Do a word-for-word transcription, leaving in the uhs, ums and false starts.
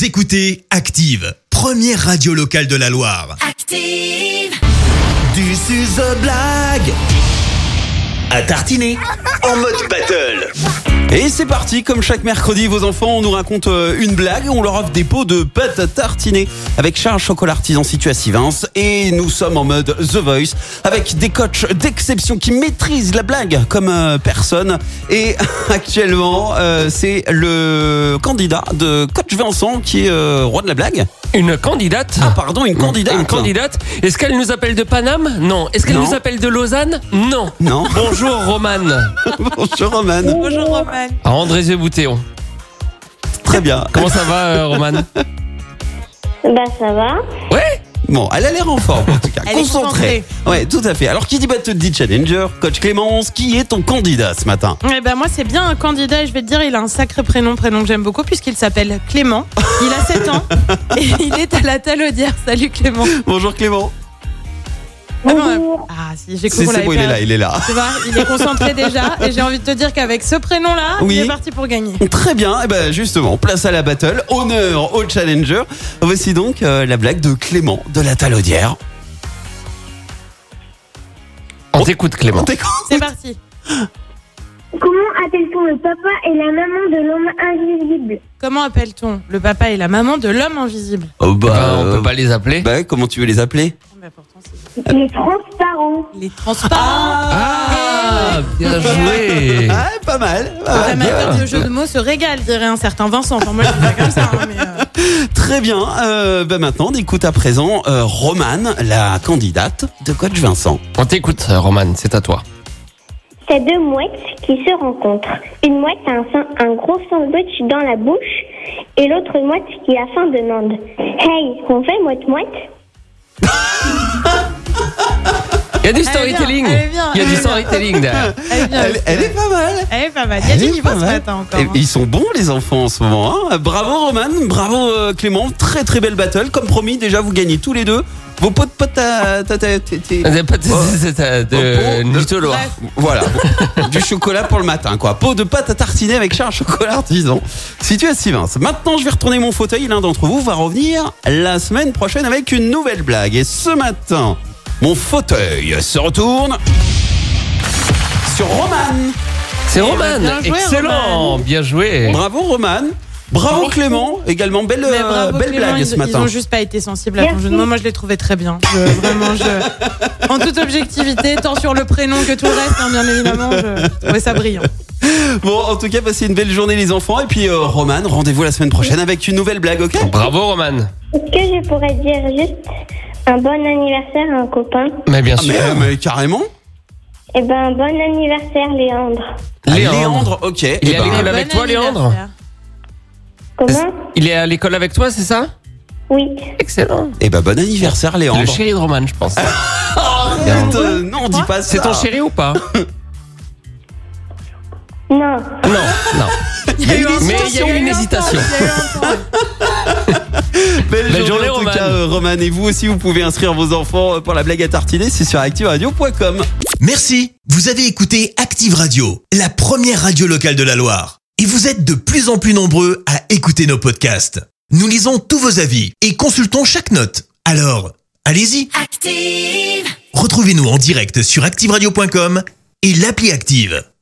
Vous écoutez Active, première radio locale de la Loire. Active. Du suzo blague à tartiner en mode battle. Et c'est parti, comme chaque mercredi, vos enfants, on nous raconte une blague, on leur offre des pots de pâte à tartiner avec Charles Chocolat Artisan situé à Sivins. Et nous sommes en mode The Voice avec des coachs d'exception qui maîtrisent la blague comme euh, personne. Et actuellement, euh, c'est le candidat de coach Vincent qui est euh, roi de la blague. Une candidate Ah pardon, une candidate. Une candidate. Est-ce qu'elle nous appelle de Paname? Non. Est-ce qu'elle Non. nous appelle de Lausanne? Non. Non. Bonjour Romane. Bonjour Roman. Bonjour Roman. À Andrézieux-Boutéon. Très bien. Comment ça va, euh, Romane? Bah ça va. Ouais. Bon, elle a l'air en forme en tout cas, Elle est concentrée. Ouais, tout à fait. Alors qui dit bah te dit challenger, coach Clémence, qui est ton candidat ce matin? Eh ben moi c'est bien un candidat et je vais te dire il a un sacré prénom, prénom que j'aime beaucoup puisqu'il s'appelle Clément. Il a sept ans et il est à la Talaudière. Salut Clément. Bonjour Clément. Ah, non, Bonjour. ah si j'ai cru C'est qu'on c'est l'avait bon, il est perdu. là, il est là. Tu vois, il est concentré déjà et j'ai envie de te dire qu'avec ce prénom-là, Oui. il est parti pour gagner. Très bien, et ben justement, place à la battle, honneur au challenger. Voici donc euh, la blague de Clément de la Talaudière. On t'écoute, Clément. On t'écoute. C'est parti. Comment appelle-t-on le papa et la maman de l'homme invisible? Comment appelle-t-on le papa et la maman de l'homme invisible? Oh bah, Bah, on euh, peut pas les appeler. bah, comment tu veux les appeler? Ah, bah, pourtant, c'est- Les transparents. Les transparents. Ah, bien joué. Ah, pas mal. pas Les mal. amateurs de jeux de mots se régalent, dirait un certain Vincent. Enfin, moi, je dis ça comme ça. hein, mais, euh, Très bien. Euh, bah maintenant, on écoute à présent euh, Romane, la candidate de coach Vincent. On t'écoute, Romane, c'est à toi. C'est deux mouettes qui se rencontrent. Une mouette a un, sa- un gros sandwich dans la bouche et l'autre mouette qui a faim demande: Hey, qu'on fait mouette-mouette? Il y a du Elle est storytelling. bien, elle est bien, Il y a elle du est bien. storytelling derrière. elle est bien. Elle, elle est pas mal. Elle est pas mal. Il y a Elle du est niveau pas ce mal. matin encore. Et hein. ils sont bons les enfants en ce moment. Hein. Bravo Romane, bravo euh, Clément. Très très belle battle. Comme promis, déjà vous gagnez tous les deux vos pots de potes à... ta- ta- ta- ta- C'est pas de, Oh. c'est, euh, de Oh, de- Nutoloir. Bref. Voilà, du chocolat pour le matin, quoi. Pot de pâte à tartiner avec Charles Chocolat Artisan. Situé à Sivins. Maintenant, je vais retourner mon fauteuil. L'un d'entre vous va revenir la semaine prochaine avec une nouvelle blague. Et ce matin, mon fauteuil se retourne sur Romane. C'est Eh ben, Romane. bien joué, Excellent. Romane. Bien joué. Bravo Romane. Bravo Clément. Également, belle, Mais euh, bravo, belle Clément, blague ils, ce ils matin. ont juste pas été sensibles à ton Merci. jeu de mots. Moi, je l'ai trouvé très bien. Je- vraiment, je, en toute objectivité, tant sur le prénom que tout le reste, hein, bien évidemment, je, je trouvais ça brillant. Bon, en tout cas, passez une belle journée les enfants. Et puis, euh, Romane, rendez-vous la semaine prochaine avec une nouvelle blague, ok? Bravo, Romane. Est-ce que je pourrais dire juste un bon anniversaire à un copain? Mais bien Ah, sûr. mais, mais carrément. Eh ben, bon anniversaire, Léandre. Ah, Léandre. Léandre, ok. Il Eh est à ben, l'école Bon avec toi, Léandre? anniversaire. Comment? Il est à l'école avec toi, c'est ça? Oui. Excellent. eh ben, bon anniversaire, C'est le Léandre. chéri de Romane, je pense. Arrête, euh, non, on dit pas ça. C'est ton chéri ou pas? Non. Non, non. Il y a eu un Mais temps, il y a eu une un temps, hésitation. il y a eu un temps. Belle, Belle journée, journée, en tout Romane. cas, euh, Romane. Et vous aussi, vous pouvez inscrire vos enfants pour la blague à tartiner. C'est sur active radio point com. Merci. Vous avez écouté Active Radio, la première radio locale de la Loire. Et vous êtes de plus en plus nombreux à écouter nos podcasts. Nous lisons tous vos avis et consultons chaque note. Alors, allez-y. Active. Retrouvez-nous en direct sur active radio point com et l'appli Active.